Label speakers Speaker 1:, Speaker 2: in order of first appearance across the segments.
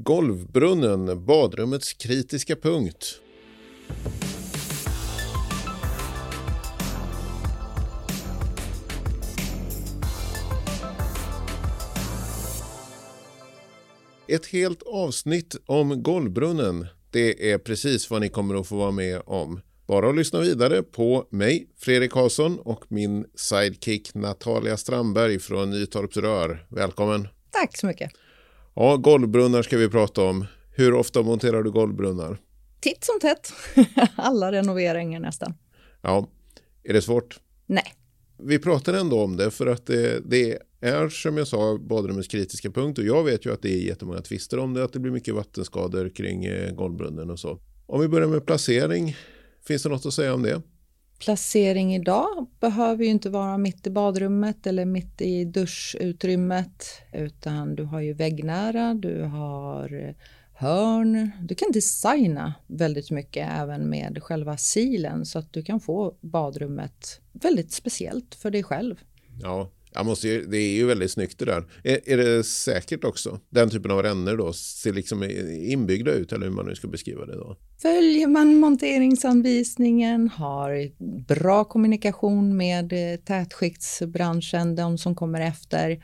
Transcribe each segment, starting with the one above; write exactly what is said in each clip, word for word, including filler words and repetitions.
Speaker 1: Golvbrunnen, badrummets kritiska punkt. Ett helt avsnitt om golvbrunnen, det är precis vad ni kommer att få vara med om. Bara att lyssna vidare på mig, Fredrik Karlsson, och min sidekick Natalia Strandberg från Nytorps Rör. Välkommen!
Speaker 2: Tack så mycket!
Speaker 1: Ja, golvbrunnar ska vi prata om. Hur ofta monterar du golvbrunnar?
Speaker 2: Titt som tätt. Alla renoveringar nästan.
Speaker 1: Ja, är det svårt?
Speaker 2: Nej.
Speaker 1: Vi pratar ändå om det för att det, det är, som jag sa, badrummets kritiska punkt. Och jag vet ju att det är jättemånga tvister om det, att det blir mycket vattenskador kring eh, golvbrunnen och så. Om vi börjar med placering, finns det något att säga om det?
Speaker 2: Placering idag behöver ju inte vara mitt i badrummet eller mitt i duschutrymmet, utan du har ju väggnära, du har hörn. Du kan designa väldigt mycket även med själva silen så att du kan få badrummet väldigt speciellt för dig själv.
Speaker 1: Ja, jag måste ju, det är ju väldigt snyggt det där. Är, är det säkert också? Den typen av rännor då ser liksom inbyggda ut, eller hur man nu ska beskriva det då?
Speaker 2: Följer man monteringsanvisningen, har bra kommunikation med tätskiktsbranschen, de som kommer efter,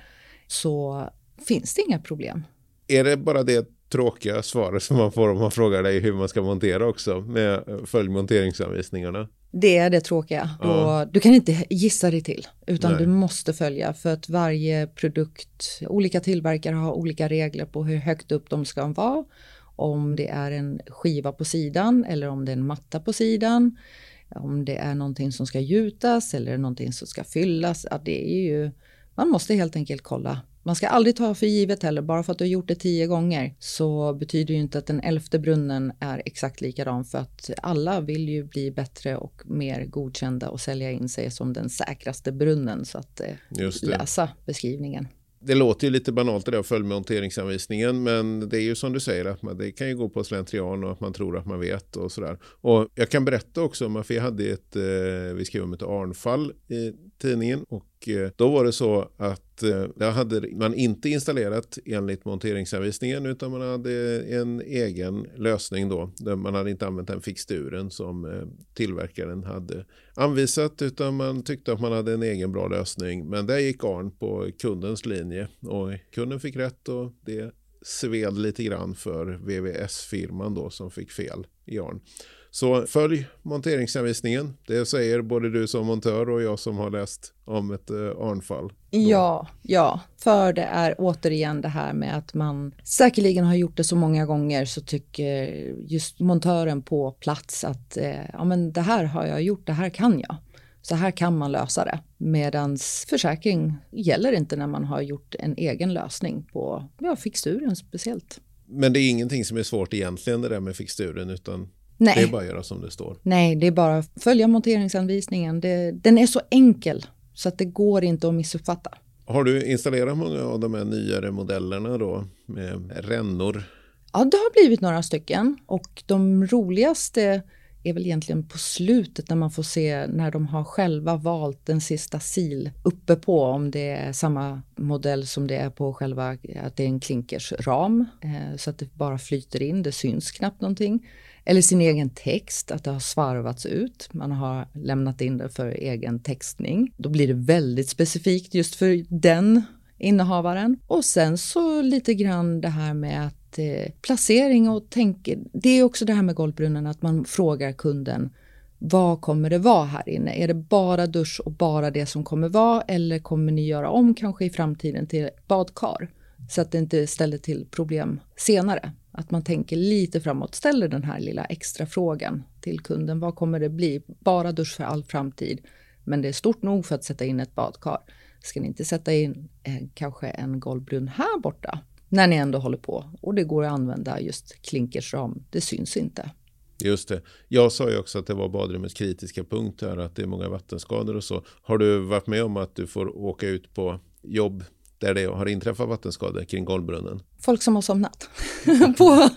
Speaker 2: så finns det inga problem.
Speaker 1: Är det bara det tråkiga svaret som man får om man frågar dig hur man ska montera också med följdmonteringsanvisningarna?
Speaker 2: Det är det tråkiga.
Speaker 1: Ja.
Speaker 2: Då, du kan inte gissa dig till, utan
Speaker 1: Nej.
Speaker 2: Du måste följa, för att varje produkt, olika tillverkare har olika regler på hur högt upp de ska vara. Om det är en skiva på sidan eller om det är en matta på sidan. Om det är någonting som ska gjutas eller någonting som ska fyllas. Ja, det är ju, man måste helt enkelt kolla. Man ska aldrig ta för givet heller. Bara för att du har gjort det tio gånger så betyder ju inte att den elfte brunnen är exakt likadan. För att alla vill ju bli bättre och mer godkända och sälja in sig som den säkraste brunnen. Så att eh, läsa beskrivningen.
Speaker 1: Det låter ju lite banalt det där, följdmonteringsanvisningen, men det är ju som du säger att man, det kan ju gå på slentrian och att man tror att man vet och sådär. Och jag kan berätta också om att vi hade ett, eh, vi skrev om ett arnfall i tidningen och eh, då var det så att eh, där hade man inte installerat enligt monteringsanvisningen utan man hade en egen lösning då. Där man hade inte använt den fixturen som eh, tillverkaren hade anvisat utan man tyckte att man hade en egen bra lösning. Men där gick Arn på kundens linje och kunden fick rätt och det sved lite grann för V V S-firman då som fick fel i Arn. Så följ monteringsanvisningen. Det säger både du som montör och jag som har läst om ett eh, arnfall.
Speaker 2: Ja, ja, för det är återigen det här med att man säkerligen har gjort det så många gånger, så tycker just montören på plats att eh, ja, men det här har jag gjort, det här kan jag. Så här kan man lösa det. Medans försäkring gäller inte när man har gjort en egen lösning på ja, fixturen speciellt.
Speaker 1: Men det är ingenting som är svårt egentligen det där med fixturen utan
Speaker 2: Nej.
Speaker 1: Det är bara att göra som det står.
Speaker 2: Nej, det är bara att följa monteringsanvisningen. Det, den är så enkel så att det går inte att missuppfatta.
Speaker 1: Har du installerat många av de här nyare modellerna då med rännor?
Speaker 2: Ja, det har blivit några stycken och de roligaste är väl egentligen på slutet när man får se när de har själva valt den sista sil uppe på, om det är samma modell som det är på själva, att det är en klinkersram eh, så att det bara flyter in, det syns knappt någonting. Eller sin egen text, att det har svarvats ut. Man har lämnat in det för egen textning. Då blir det väldigt specifikt just för den innehavaren. Och sen så lite grann det här med att eh, placering och tänk. Det är också det här med golvbrunnen att man frågar kunden. Vad kommer det vara här inne? Är det bara dusch och bara det som kommer vara? Eller kommer ni göra om kanske i framtiden till badkar? Så att det inte ställer till problem senare. Att man tänker lite framåt, ställer den här lilla extra frågan till kunden. Vad kommer det bli? Bara dusch för all framtid. Men det är stort nog för att sätta in ett badkar. Ska ni inte sätta in eh, kanske en golvbrunn här borta? När ni ändå håller på. Och det går att använda just klinkersram. Det syns inte.
Speaker 1: Just det. Jag sa ju också att det var badrummets kritiska punkt här. Att det är många vattenskador och så. Har du varit med om att du får åka ut på jobb där det har inträffat vattenskador kring golvbrunnen?
Speaker 2: Folk som har somnat på,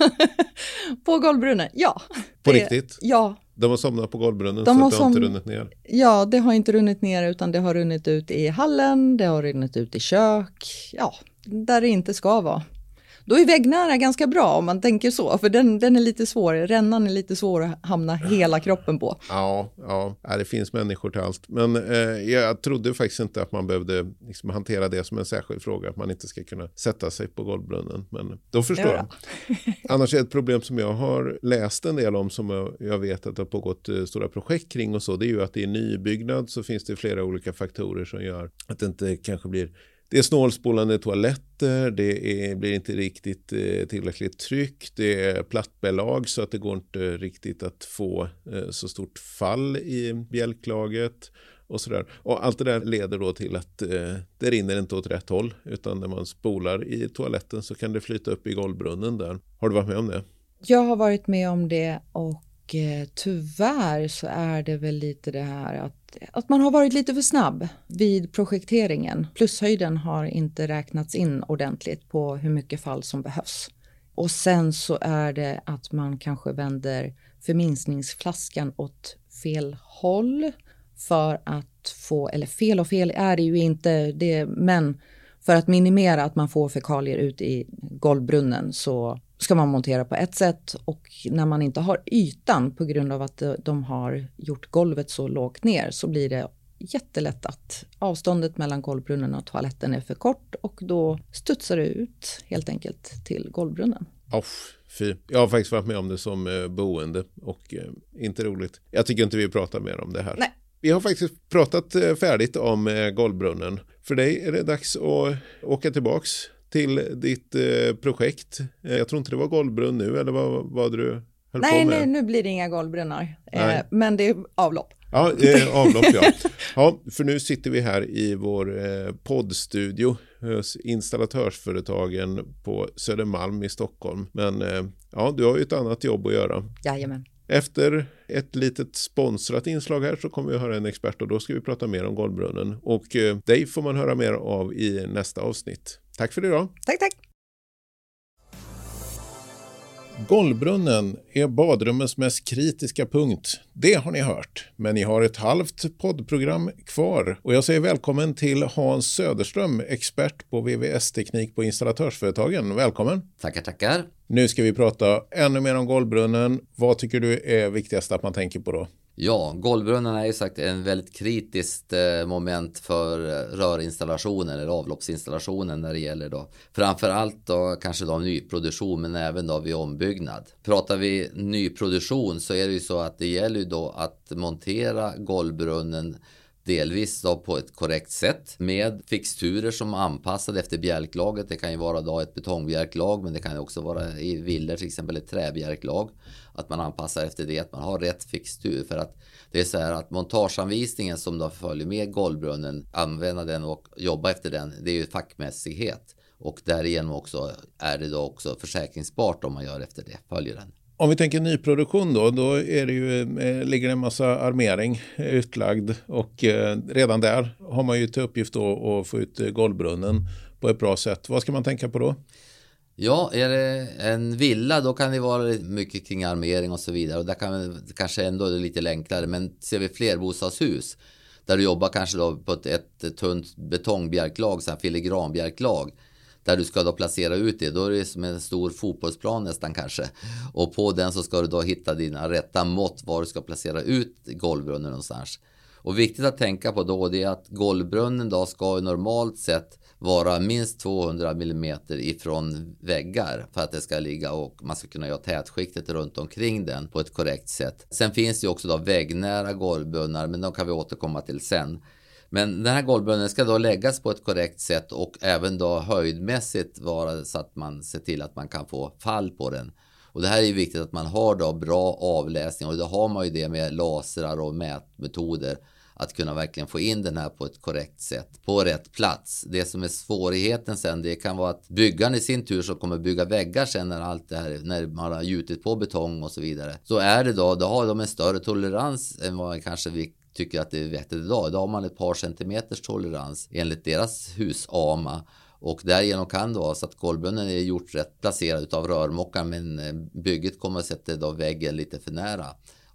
Speaker 2: på golvbrunnen, ja.
Speaker 1: På
Speaker 2: det,
Speaker 1: riktigt?
Speaker 2: Ja.
Speaker 1: De har somnat på golvbrunnen
Speaker 2: De
Speaker 1: så
Speaker 2: har
Speaker 1: att det har
Speaker 2: som,
Speaker 1: inte runnit ner?
Speaker 2: Ja, det har inte runnit ner utan det har runnit ut i hallen, det har runnit ut i kök, ja, där det inte ska vara. Då är väggnära ganska bra om man tänker så, för den, den är lite svår, rännan är lite svår att hamna hela kroppen på.
Speaker 1: Ja, ja, det finns människor till allt. Men eh, jag trodde faktiskt inte att man behövde liksom hantera det som en särskild fråga, att man inte ska kunna sätta sig på golvbrunnen. Men då förstår jag. Annars är ett problem som jag har läst en del om, som jag, jag vet att det har pågått eh, stora projekt kring och så, det är ju att i nybyggnad så finns det flera olika faktorer som gör att det inte kanske blir. Det är snålspolande toaletter, det är, blir inte riktigt eh, tillräckligt tryck, det är plattbelag så att det går inte riktigt att få eh, så stort fall i bjälklaget och sådär. Och allt det där leder då till att eh, det rinner inte åt rätt håll, utan när man spolar i toaletten så kan det flyta upp i golvbrunnen där. Har du varit med om det?
Speaker 2: Jag har varit med om det, och eh, tyvärr så är det väl lite det här att Att man har varit lite för snabb vid projekteringen. Plushöjden har inte räknats in ordentligt på hur mycket fall som behövs. Och sen så är det att man kanske vänder förminskningsflaskan åt fel håll för att få, eller fel och fel är det ju inte, det, men för att minimera att man får fekalier ut i golvbrunnen så ska man montera på ett sätt, och när man inte har ytan på grund av att de har gjort golvet så lågt ner så blir det jättelätt att avståndet mellan golvbrunnen och toaletten är för kort, och då studsar det ut helt enkelt till golvbrunnen.
Speaker 1: Oh, fy. Jag har faktiskt varit med om det som eh, boende och eh, inte roligt. Jag tycker inte vi pratar mer om det här.
Speaker 2: Nej.
Speaker 1: Vi har faktiskt pratat eh, färdigt om eh, golvbrunnen. För dig är det dags att åka tillbaks till ditt eh, projekt. Eh, jag tror inte det var golvbrunn nu, eller vad, vad du höll
Speaker 2: nej,
Speaker 1: på med?
Speaker 2: Nej, nu blir det inga golvbrunnar. Eh, men det är avlopp.
Speaker 1: Ja, eh, avlopp ja. Ja, för nu sitter vi här i vår eh, poddstudio hos installatörsföretagen på Södermalm i Stockholm. Men eh, ja, du har ju ett annat jobb att göra.
Speaker 2: Jajamän.
Speaker 1: Efter ett litet sponsrat inslag här så kommer vi att höra en expert, och då ska vi prata mer om golvbrunnen. Och eh, dig får man höra mer av i nästa avsnitt. Tack för det då.
Speaker 2: Tack, tack.
Speaker 1: Golvbrunnen är badrummens mest kritiska punkt. Det har ni hört. Men ni har ett halvt poddprogram kvar. Och jag säger välkommen till Hans Söderström, expert på V V S-teknik på installatörsföretagen. Välkommen.
Speaker 3: Tackar, tackar.
Speaker 1: Nu ska vi prata ännu mer om golvbrunnen. Vad tycker du är viktigast att man tänker på då?
Speaker 3: Ja, golvbrunnen är ju sagt en väldigt kritiskt moment för rörinstallationen eller avloppsinstallationen när det gäller då framförallt då kanske då nyproduktion, men även då vid ombyggnad. Pratar vi nyproduktion så är det ju så att det gäller ju då att montera golvbrunnen delvis då på ett korrekt sätt med fixturer som är anpassade efter bjälklaget. Det kan ju vara då ett betongbjälklag, men det kan också vara i villor till exempel ett träbjälklag. Att man anpassar efter det, att man har rätt fixtur. För att det är så här att montageanvisningen som då följer med golvbrunnen, använda den och jobba efter den, det är ju fackmässighet. Och därigenom också är det då också försäkringsbart om man gör efter det, följer den.
Speaker 1: Om vi tänker nyproduktion då, då är det ju, eh, ligger det en massa armering utlagd, och eh, redan där har man ju till uppgift då att få ut golvbrunnen på ett bra sätt. Vad ska man tänka på då?
Speaker 3: Ja, är det en villa då kan det vara mycket kring armering och så vidare, och där kan det kanske ändå är lite enklare. Men ser vi flerbostadshus där du jobbar kanske då på ett, ett tunt betongbjälklag, sen filigranbjälklag, där du ska då placera ut det, då är det som en stor fotbollsplan nästan kanske. Och på den så ska du då hitta dina rätta mått var du ska placera ut golvbrunnen någonstans. Och viktigt att tänka på då det är att golvbrunnen då ska normalt sett vara minst tvåhundra millimeter ifrån väggar för att det ska ligga och man ska kunna göra tätskiktet runt omkring den på ett korrekt sätt. Sen finns det ju också då väggnära golvbrunnar, men de kan vi återkomma till sen. Men den här golvbrunnen ska då läggas på ett korrekt sätt och även då höjdmässigt vara så att man ser till att man kan få fall på den. Och det här är ju viktigt att man har då bra avläsning, och då har man ju det med lasrar och mätmetoder att kunna verkligen få in den här på ett korrekt sätt, på rätt plats. Det som är svårigheten sen, det kan vara att byggaren i sin tur som kommer bygga väggar sen när allt det här, när man har gjutit på betong och så vidare. Så är det då, då har de en större tolerans än vad kanske vi tycker att det är vettigt idag. Då har man ett par centimeters tolerans enligt deras husama. Och därigenom kan det vara så att golvbrunnen är gjort rätt placerad av rörmokaren, men bygget kommer att sätta då väggen lite för nära.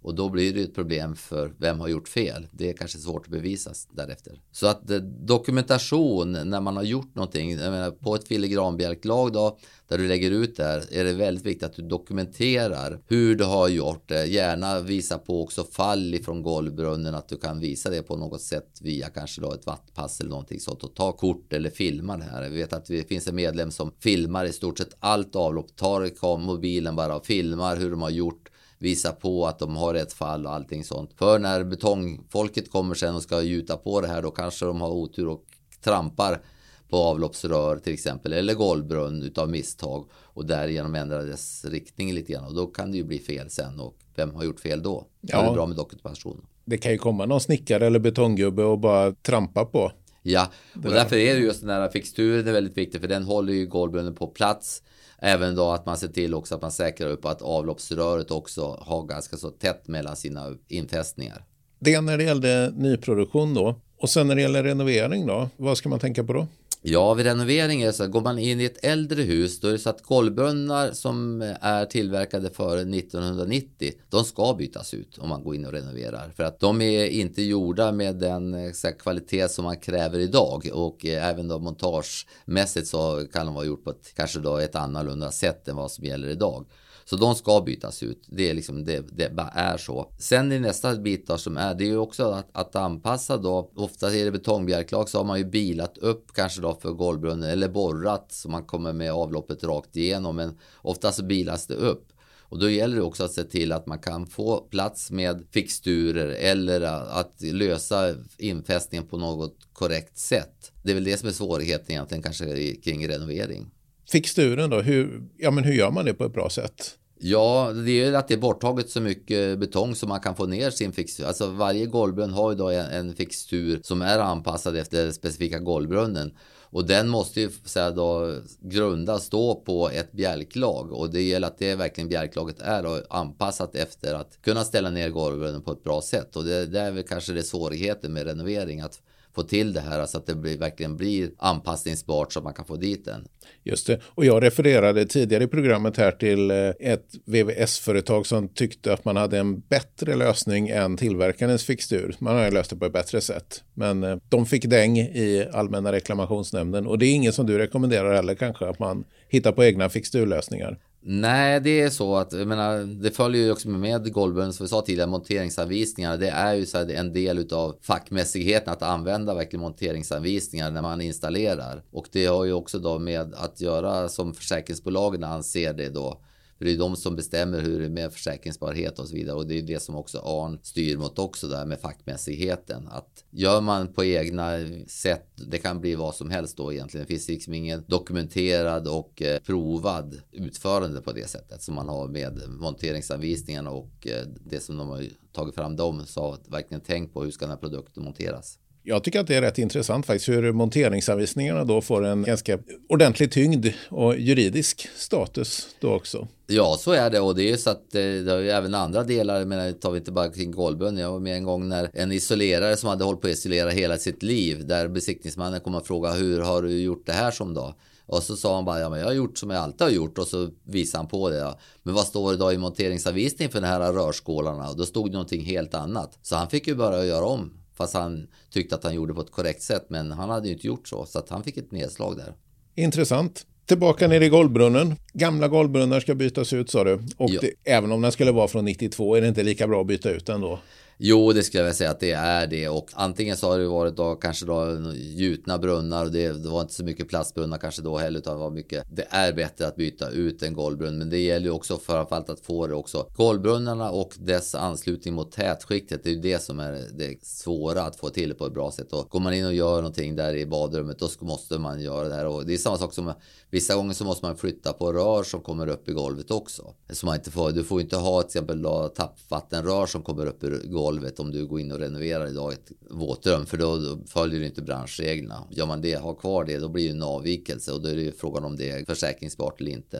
Speaker 3: Och då blir det ett problem för vem har gjort fel. Det är kanske svårt att bevisas därefter. Så att eh, dokumentation när man har gjort någonting, jag menar, på ett filigranbjälklag då, där du lägger ut där, är det väldigt viktigt att du dokumenterar hur du har gjort det. Gärna visa på också fall ifrån golvbrunnen, att du kan visa det på något sätt via kanske då ett vattpass eller någonting sånt, och ta kort eller filma det här. Vi vet att det finns en medlem som filmar i stort sett allt avlopp, tar mobilen bara och filmar hur de har gjort, visa på att de har ett fall och allting sånt. För när betongfolket kommer sen och ska gjuta på det här, då kanske de har otur och trampar på avloppsrör till exempel, eller golvbrunn utav misstag, och därigenom ändrar dess riktning lite grann, och då kan det ju bli fel sen, och vem har gjort fel då? Ja. Det är bra med dokumentation.
Speaker 1: Det kan ju komma någon snickare eller betonggubbe och bara trampa på.
Speaker 3: Ja, och därför är det just den här fixturen är väldigt viktig, för den håller ju golvbrunnen på plats. Även då att man ser till också att man säkrar upp att avloppsröret också har ganska så tätt mellan sina infästningar.
Speaker 1: Det när det gällde nyproduktion då. Och sen när det gäller renovering då, vad ska man tänka på då?
Speaker 3: Ja, vid renovering är det så att går man in i ett äldre hus, då är det så att golvbrunnar som är tillverkade före nittonhundranittio, de ska bytas ut om man går in och renoverar. För att de är inte gjorda med den så här, kvalitet som man kräver idag, och eh, även då montagemässigt så kan de vara gjort på ett, kanske då ett annorlunda sätt än vad som gäller idag. Så de ska bytas ut. Det är liksom, det, det bara är så. Sen i nästa bit då som är, det är ju också att, att anpassa då. Ofta är det betongbjälklag, så har man ju bilat upp kanske då för golvbrunnen, eller borrat så man kommer med avloppet rakt igenom. Men ofta så bilas det upp. Och då gäller det också att se till att man kan få plats med fixturer eller att lösa infästningen på något korrekt sätt. Det är väl det som är svårigheten egentligen kanske kring renovering.
Speaker 1: Fixturen då, hur, ja, men hur gör man det på ett bra sätt?
Speaker 3: Ja, det är ju att det är borttaget så mycket betong som man kan få ner sin fixtur. Alltså varje golvbrunn har ju då en, en fixtur som är anpassad efter specifika golvbrunnen. Och den måste ju så här, då grunda stå på ett bjälklag. Och det gäller att det verkligen bjälklaget är då anpassat efter att kunna ställa ner golvbrunnen på ett bra sätt. Och det, det är väl kanske det svårigheten med renovering, att få till det här så att det blir, verkligen blir anpassningsbart så att man kan få dit den.
Speaker 1: Just det. Och jag refererade tidigare i programmet här till ett V V S-företag som tyckte att man hade en bättre lösning än tillverkarens fixtur. Man har ju löst det på ett bättre sätt. Men de fick däng i Allmänna reklamationsnämnden, och det är ingen som du rekommenderar heller kanske, att man hittar på egna fixturlösningar.
Speaker 3: Nej, det är så att jag menar, det följer ju också med golvbrunnen, som vi sa tidigare, monteringsanvisningar. Det är ju så här en del utav fackmässigheten att använda verkligen monteringsanvisningar när man installerar. Och det har ju också då med att göra som försäkringsbolagen anser det då. För det är de som bestämmer hur det är med försäkringsbarhet och så vidare. Och det är det som också Arn styr mot också där med fackmässigheten. Att gör man på egna sätt, det kan bli vad som helst då egentligen. Det finns liksom ingen dokumenterad och eh, provad utförande på det sättet som man har med monteringsanvisningarna och eh, det som de har tagit fram dem. Så verkligen tänk på hur ska den här produkten monteras.
Speaker 1: Jag tycker att det är rätt intressant faktiskt hur monteringsanvisningarna då får en ganska ordentlig tyngd och juridisk status då också.
Speaker 3: Ja, så är det, och det är ju så att det har ju även andra delar, men tar vi inte bara kring golvbrunn. Jag var med en gång när en isolerare som hade hållit på att isolera hela sitt liv, där besiktningsmannen kom och frågade hur har du gjort det här som då? Och så sa han bara, ja men jag har gjort som jag alltid har gjort, och så visade han på det. Ja. Men vad står det då i monteringsanvisningen för de här rörskålarna? Och då stod det någonting helt annat. Så han fick ju bara göra om. Fast han tyckte att han gjorde på ett korrekt sätt. Men han hade ju inte gjort så. Så att han fick ett nedslag där.
Speaker 1: Intressant. Tillbaka ner i golvbrunnen. Gamla golvbrunnar ska bytas ut, sa du. Och det, även om den skulle vara från nittiotvå är det inte lika bra att byta ut den då?
Speaker 3: Jo, det skulle jag säga att det är det. Och antingen så har det varit då kanske då gjutna brunnar, och det, det var inte så mycket plastbrunnar kanske då heller, utan det var mycket. Det är bättre att byta ut en golvbrunn, men det gäller ju också framförallt att få det också. Golvbrunnarna och dess anslutning mot tätskiktet, det är ju det som är det svåra att få till på ett bra sätt. Och går man in och gör någonting där i badrummet, då måste man göra det här. Och det är samma sak som vissa gånger så måste man flytta på rör som kommer upp i golvet också. Så man inte får, du får inte ha till exempel då, tappvattenrör som kommer upp i golvet om du går in och renoverar idag ett våtrum, för då, då följer du inte branschreglerna. Gör man det, har kvar det, då blir det en avvikelse, och då är det ju frågan om det är försäkringsbart eller inte.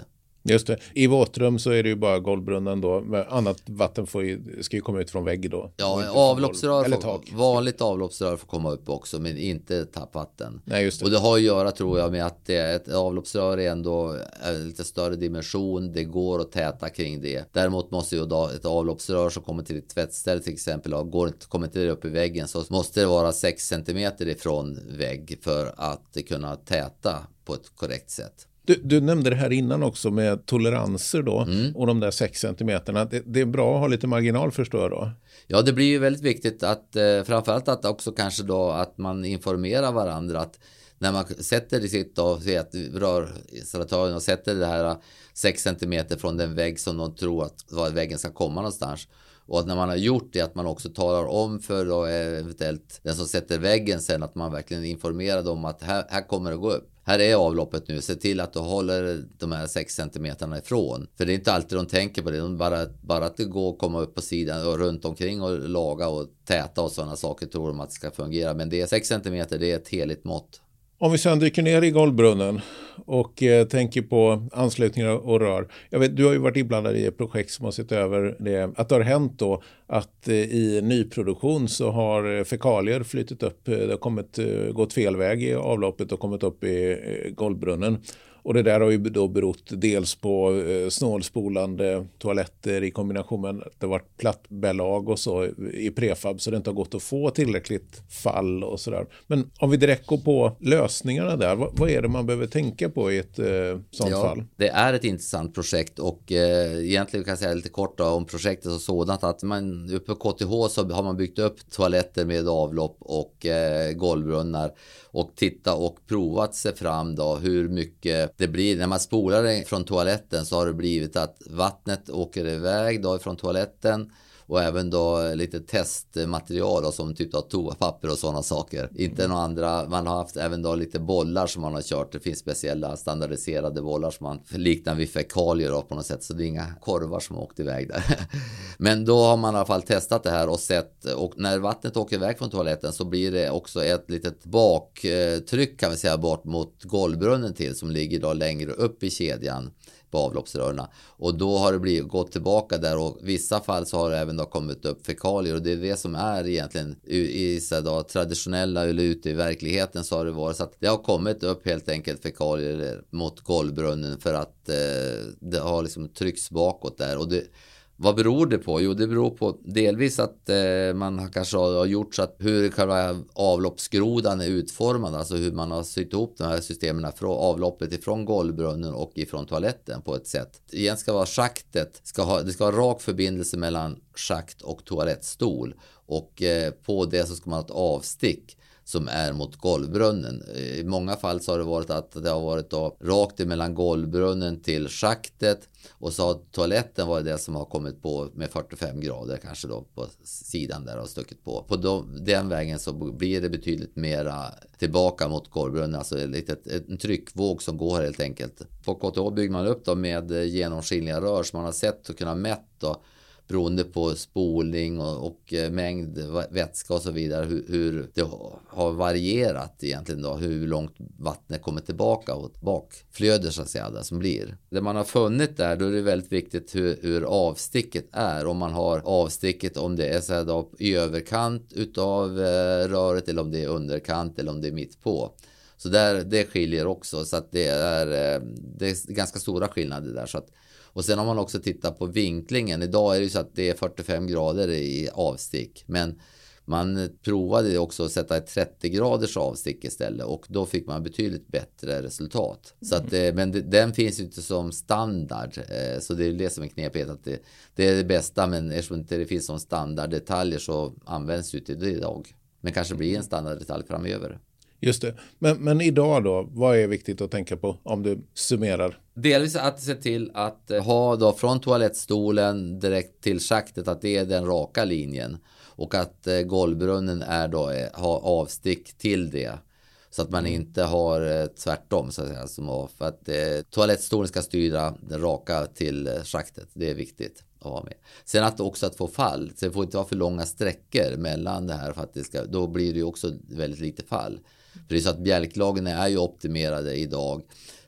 Speaker 1: Just det. I våtrum så är det ju bara golvbrunnen då. Annat vatten får ju, ska ju komma ut från vägg då.
Speaker 3: Ja, avloppsrör får, tak. Vanligt avloppsrör får komma upp också, men inte tappvatten.
Speaker 1: Nej, just det.
Speaker 3: Och det har att göra, tror jag, med att det, ett avloppsrör är ändå en lite större dimension. Det går att täta kring det. Däremot måste ju då ett avloppsrör som kommer till ett tvättställe till exempel, och går inte, kommer inte upp i väggen, så måste det vara sex centimeter ifrån vägg för att kunna täta på ett korrekt sätt.
Speaker 1: Du, du nämnde det här innan också med toleranser då, mm. och de där sex centimeterna. Det, det är bra att ha lite marginal, förstår jag då.
Speaker 3: Ja, det blir ju väldigt viktigt att eh, framförallt att också kanske då att man informerar varandra att när man sätter det sitt och ser att rörinstallatören och sätter det här sex centimeter från den vägg som de tror att var väggen ska komma någonstans. Och att när man har gjort det, att man också talar om för då eventuellt den som sätter väggen sen, att man verkligen informerar dem att här, här kommer det gå upp. Här är avloppet nu, se till att du håller de här sex centimeterna ifrån. För det är inte alltid de tänker på det, de bara, bara att det går att komma upp på sidan och runt omkring och laga och täta och sådana saker tror de att det ska fungera. Men det är sex centimeter, det är ett heligt mått.
Speaker 1: Om vi sedan dyker ner i golvbrunnen och eh, tänker på anslutningar och rör. Jag vet, du har ju varit inblandad i ett projekt som har sett över det. Att det har hänt då att eh, i nyproduktion så har fekalier flyttit upp. Det har kommit, eh, gått fel väg i avloppet och kommit upp i eh, golvbrunnen. Och det där har ju då berott dels på eh, snålspolande toaletter i kombination med att det varit plattbelag och så i prefab, så det inte har gått att få tillräckligt fall och sådär. Men om vi direkt går på lösningarna där, vad, vad är det man behöver tänka på i ett eh, sånt
Speaker 3: ja,
Speaker 1: fall?
Speaker 3: Det är ett intressant projekt och eh, egentligen kan jag säga lite kort då, om projektet och sådant, att man uppe på K T H så har man byggt upp toaletter med avlopp och eh, golvbrunnar och titta och provat sig fram då hur mycket det blir. När man spolar det från toaletten så har det blivit att vattnet åker iväg då från toaletten. Och även då lite testmaterial då, som typ av toapapper och sådana saker. Inte några andra, man har haft även då lite bollar som man har kört. Det finns speciella standardiserade bollar som man liknar vid fekalier då, på något sätt. Så det är inga korvar som har åkt iväg där. Men då har man i alla fall testat det här och sett. Och när vattnet åker iväg från toaletten så blir det också ett litet baktryck kan vi säga bort mot golvbrunnen till. Som ligger då längre upp i kedjan på avloppsrörerna. Och då har det blivit, gått tillbaka där och i vissa fall så har det även då kommit upp fekalier och det är det som är egentligen i, i så då, traditionella eller ute i verkligheten så har det varit så att det har kommit upp helt enkelt fekalier mot golvbrunnen för att eh, det har liksom tryckts bakåt där och det. Vad beror det på? Jo, det beror på delvis att eh, man kanske har gjort så att hur själva avloppsgrodan är utformad, alltså hur man har sytt ihop de här systemen från avloppet ifrån golvbrunnen och ifrån toaletten på ett sätt. Igen ska vara schaktet, ska ha, det ska ha rak förbindelse mellan schakt och toalettstol och eh, på det så ska man ha ett avstick som är mot golvbrunnen. I många fall så har det varit att det har varit då rakt mellan golvbrunnen till schaktet och så har toaletten varit det som har kommit på med fyrtiofem grader kanske då på sidan där och stuckit på. På de, den vägen så blir det betydligt mera tillbaka mot golvbrunnen, alltså ett litet, en tryckvåg som går helt enkelt. På K T H bygger man upp då med genomskinliga rör som man har sett och kunnat mätt då beroende på spolning och, och mängd vätska och så vidare, hur, hur det har varierat egentligen då, hur långt vattnet kommer tillbaka och bakflöder så att säga där som blir. Det man har funnit där, då är det väldigt viktigt hur, hur avsticket är, om man har avsticket om det är så här då, i överkant utav eh, röret eller om det är underkant eller om det är mitt på. Så där, det skiljer också, så att det är, det är ganska stora skillnader där. Så att, och sen har man också tittat på vinklingen. Idag är det ju så att det är fyrtiofem grader i avstick. Men man provade också att sätta ett trettio graders avstick istället. Och då fick man betydligt bättre resultat. Så att, men det, den finns ju inte som standard. Så det är det som är knepigt. Att det, det är det bästa, men eftersom inte det finns som standarddetaljer så används det inte idag. Men kanske blir en standarddetalj framöver.
Speaker 1: Just det. Men, men idag då, vad är viktigt att tänka på om du summerar?
Speaker 3: Delvis att se till att ha då från toalettstolen direkt till schaktet att det är den raka linjen. Och att eh, golvbrunnen är då, eh, har avstick till det. Så att man inte har eh, tvärtom så att säga. Som av, för att eh, toalettstolen ska styra den raka till eh, schaktet. Det är viktigt att ha med. Sen att också att få fall. Så det får inte vara för långa sträckor mellan det här. För att det ska, då blir det ju också väldigt lite fall. För det är så att bjälklagen är ju optimerade idag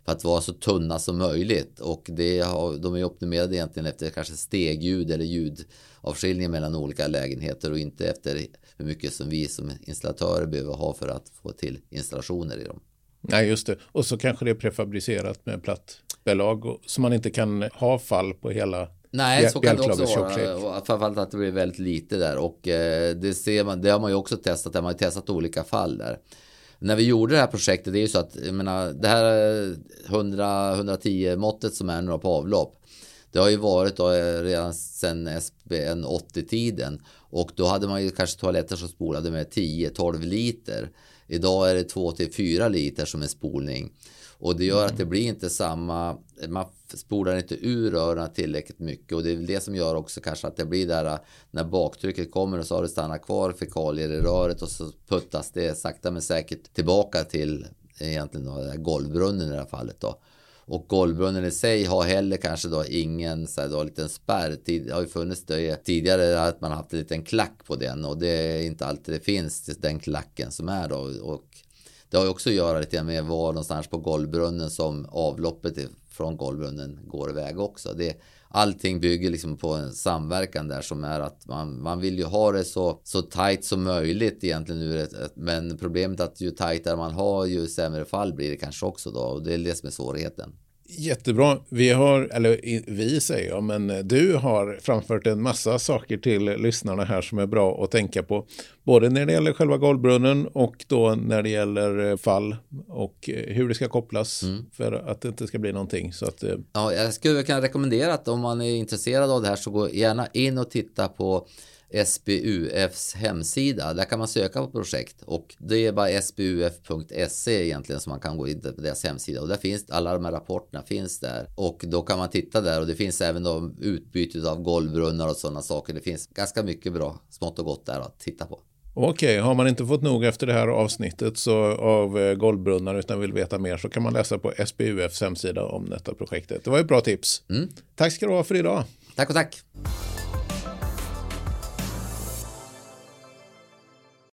Speaker 3: för att vara så tunna som möjligt. Och det har, de är optimerade egentligen efter kanske stegljud eller ljudavskiljning mellan olika lägenheter och inte efter hur mycket som vi som installatörer behöver ha för att få till installationer i dem.
Speaker 1: Nej, just det. Och så kanske det är prefabricerat med plattbelag så man inte kan ha fall på hela.
Speaker 3: Nej, så kan det också vara. Framförallt att det blir väldigt lite där. Och eh, det, ser man, det har man ju också testat. Man har ju testat olika fall där. När vi gjorde det här projektet, det är ju så att jag menar, det här hundra till hundratio måttet som är nu på avlopp. Det har ju varit då redan sedan S B N åttio-tiden. Och då hade man ju kanske toaletter som spolade med tio till tolv liter. Idag är det två till fyra liter som är spolning. Och det gör att det blir inte samma, man spolar inte ur rörarna tillräckligt mycket. Och det är det som gör också kanske att det blir där när baktrycket kommer och så har det stannat kvar fekalier i röret och så puttas det sakta men säkert tillbaka till egentligen då, där golvbrunnen i det här fallet då. Och golvbrunnen i sig har heller kanske då ingen så här då, liten spärr. Det har ju funnits det tidigare att man har haft en liten klack på den och det är inte alltid det finns den klacken som är då. Och det har ju också att göra lite med var någonstans på golvbrunnen som avloppet från golvbrunnen går iväg också. Det, allting bygger liksom på en samverkan där som är att man, man vill ju ha det så, så tajt som möjligt egentligen ur ett, men problemet är att ju tajtare man har ju sämre fall blir det kanske också då och det är det som är svårigheten.
Speaker 1: Jättebra. Vi har, eller vi säger jag, men du har framfört en massa saker till lyssnarna här som är bra att tänka på. Både när det gäller själva golvbrunnen och då när det gäller fall och hur det ska kopplas mm. för att det inte ska bli någonting. Så att,
Speaker 3: ja, jag skulle kunna rekommendera att om man är intresserad av det här så gå gärna in och titta på S B U F:s hemsida. Där kan man söka på projekt och det är bara s b u f punkt s e egentligen som man kan gå in på deras hemsida och där finns alla de här rapporterna finns där och då kan man titta där och det finns även då utbytet av golvbrunnar och sådana saker. Det finns ganska mycket bra smått och gott där att titta på.
Speaker 1: Okej, har man inte fått nog efter det här avsnittet så av golvbrunnar utan vill veta mer så kan man läsa på S B U F:s hemsida om detta projektet. Det var ett bra tips. Mm. Tack ska du ha för idag.
Speaker 3: Tack och tack.